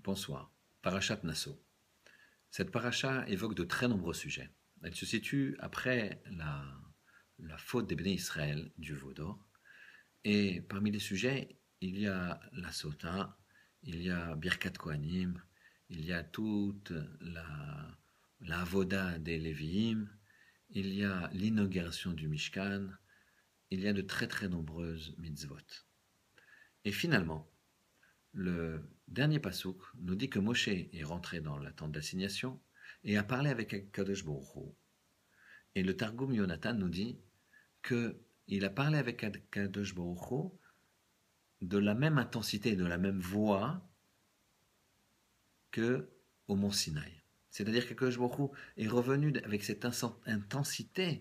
Bonsoir. Parashat Nasso. Cette paracha évoque de très nombreux sujets. Elle se situe après la faute des bénis Israël du veau d'or. Et parmi les sujets, il y a la Sota, il y a Birkat Kohanim, il y a toute la Avoda des Lévi'im, il y a l'inauguration du Mishkan, il y a de très très nombreuses mitzvot. Et finalement, le dernier pasouk nous dit que Moshe est rentré dans la tente d'assignation et a parlé avec Kadosh Baruch Hu. Et le Targum Yonatan nous dit qu'il a parlé avec Kadosh Baruch Hu de la même intensité, de la même voix que au mont Sinaï. C'est-à-dire que Kadosh Baruch Hu est revenu avec cette intensité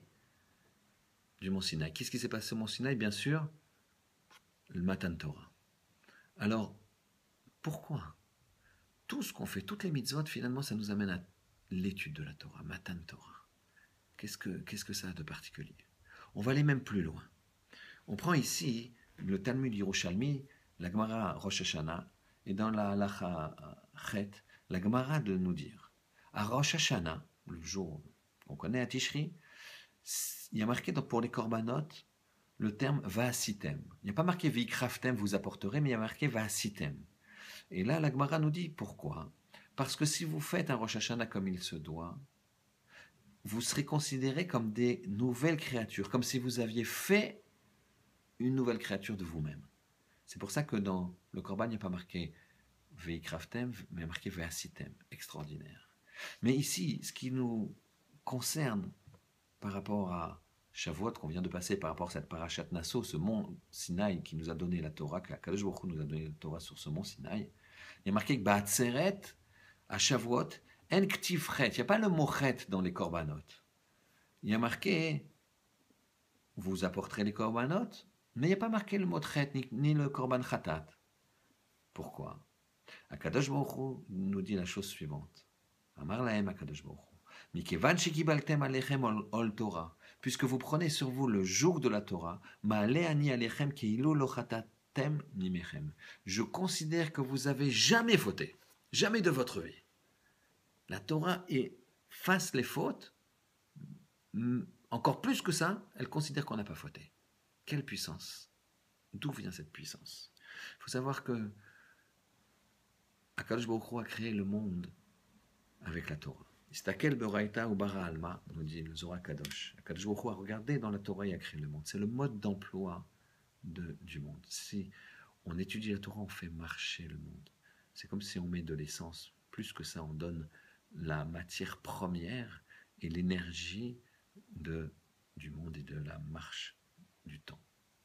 du mont Sinaï. Qu'est-ce qui s'est passé au mont Sinaï? Bien sûr, le Matan Torah. Alors, pourquoi tout ce qu'on fait, toutes les mitzvot, finalement, ça nous amène à l'étude de la Torah, Matan Torah. Qu'est-ce que ça a de particulier? On va aller même plus loin. On prend ici le Talmud Yerushalmi, la Gemara Rosh Hashanah, et dans la Halacha Chet, la Gemara de nous dire, à Rosh Hashanah, le jour qu'on connaît à Tishri, il y a marqué pour les korbanot le terme Va'asitem. Il n'y a pas marqué Vikraftem, vous apporterez, mais il y a marqué Va'asitem. Et là, la Gemara nous dit pourquoi. Parce que si vous faites un Rosh Hashanah comme il se doit, vous serez considérés comme des nouvelles créatures, comme si vous aviez fait une nouvelle créature de vous-même. C'est pour ça que dans le Korban, il n'y a pas marqué Veikraftem, mais il y a marqué Ve'asitem. Extraordinaire. Mais ici, ce qui nous concerne par rapport à Shavuot qu'on vient de passer, par rapport à cette parashat Nasso, ce mont Sinaï qui nous a donné la Torah, que Kadosh Baruch Hu nous a donné la Torah sur ce mont Sinaï, il y a marqué que Ba'atzeret, à Shavuot, En Ktiv Chet. Il n'y a pas le mot Chet dans les korbanot. Il y a marqué vous apporterez les korbanot, mais il n'y a pas marqué le mot Chet ni le korban Khatat. Pourquoi? Akadosh Baruch Hu nous dit la chose suivante. Amar lahem Akadosh Baruch Hu. Mikevan shekibaltem alechem ol Torah. Puisque vous prenez sur vous le joug de la Torah, ma'ale ani alechem keilu lo chatatem nimechem. Je considère que vous avez jamais fauté, jamais de votre vie. La Torah efface les fautes, encore plus que ça, elle considère qu'on n'a pas fauté. Quelle puissance! D'où vient cette puissance? Il faut savoir que Akadosh Baruch Hu a créé le monde avec la Torah. Istakel beraita ou bara alma, nous dit le Zohar Kadosh. Akadosh Baruch Hu a regardé dans la Torah et a créé le monde. C'est le mode d'emploi du monde. Si on étudie la Torah, on fait marcher le monde. C'est comme si on met de l'essence. Plus que ça, on donne la matière première et l'énergie du monde et de la marche du temps.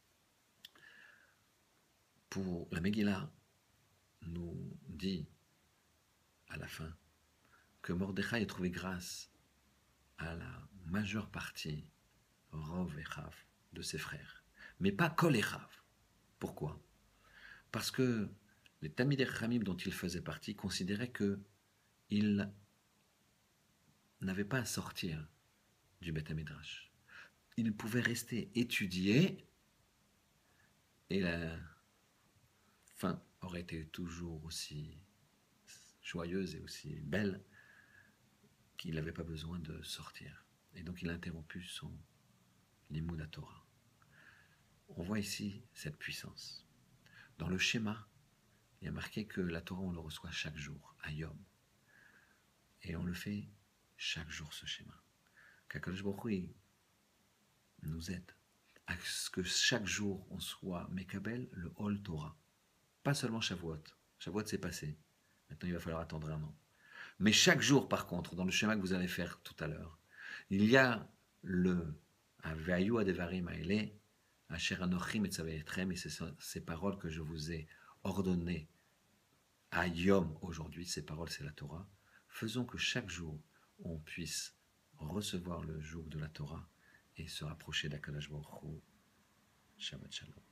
Pour la Megillah, nous dit à la fin que Mordechai a trouvé grâce à la majeure partie, Rov et Chav, de ses frères. Mais pas Kol et Chav. Pourquoi? Parce que les Talmidei Chachamim dont il faisait partie considéraient qu'il n'avait pas à sortir du Beth HaMidrash. Il pouvait rester étudié et la fin aurait été toujours aussi joyeuse et aussi belle qu'il n'avait pas besoin de sortir. Et donc il a interrompu son Limud HaTorah. On voit ici cette puissance. Dans le schéma, il y a marqué que la Torah, on le reçoit chaque jour, à Yom. Et on le fait chaque jour, ce schéma. Qu'Akadosh Baruch Hu nous aide à ce que chaque jour, on soit Mekabel, le Hol Torah. Pas seulement Shavuot. Shavuot, c'est passé. Maintenant, il va falloir attendre un an. Mais chaque jour, par contre, dans le schéma que vous allez faire tout à l'heure, il y a le Aveayu Adevarim Aele, Asher Anochim et Tzaveyetrem, et c'est ces paroles que je vous ai ordonnées à Yom aujourd'hui. Ces paroles, c'est la Torah. Faisons que chaque jour, on puisse recevoir le joug de la Torah et se rapprocher d'Akadosh Baruch Hu. Shabbat Shalom.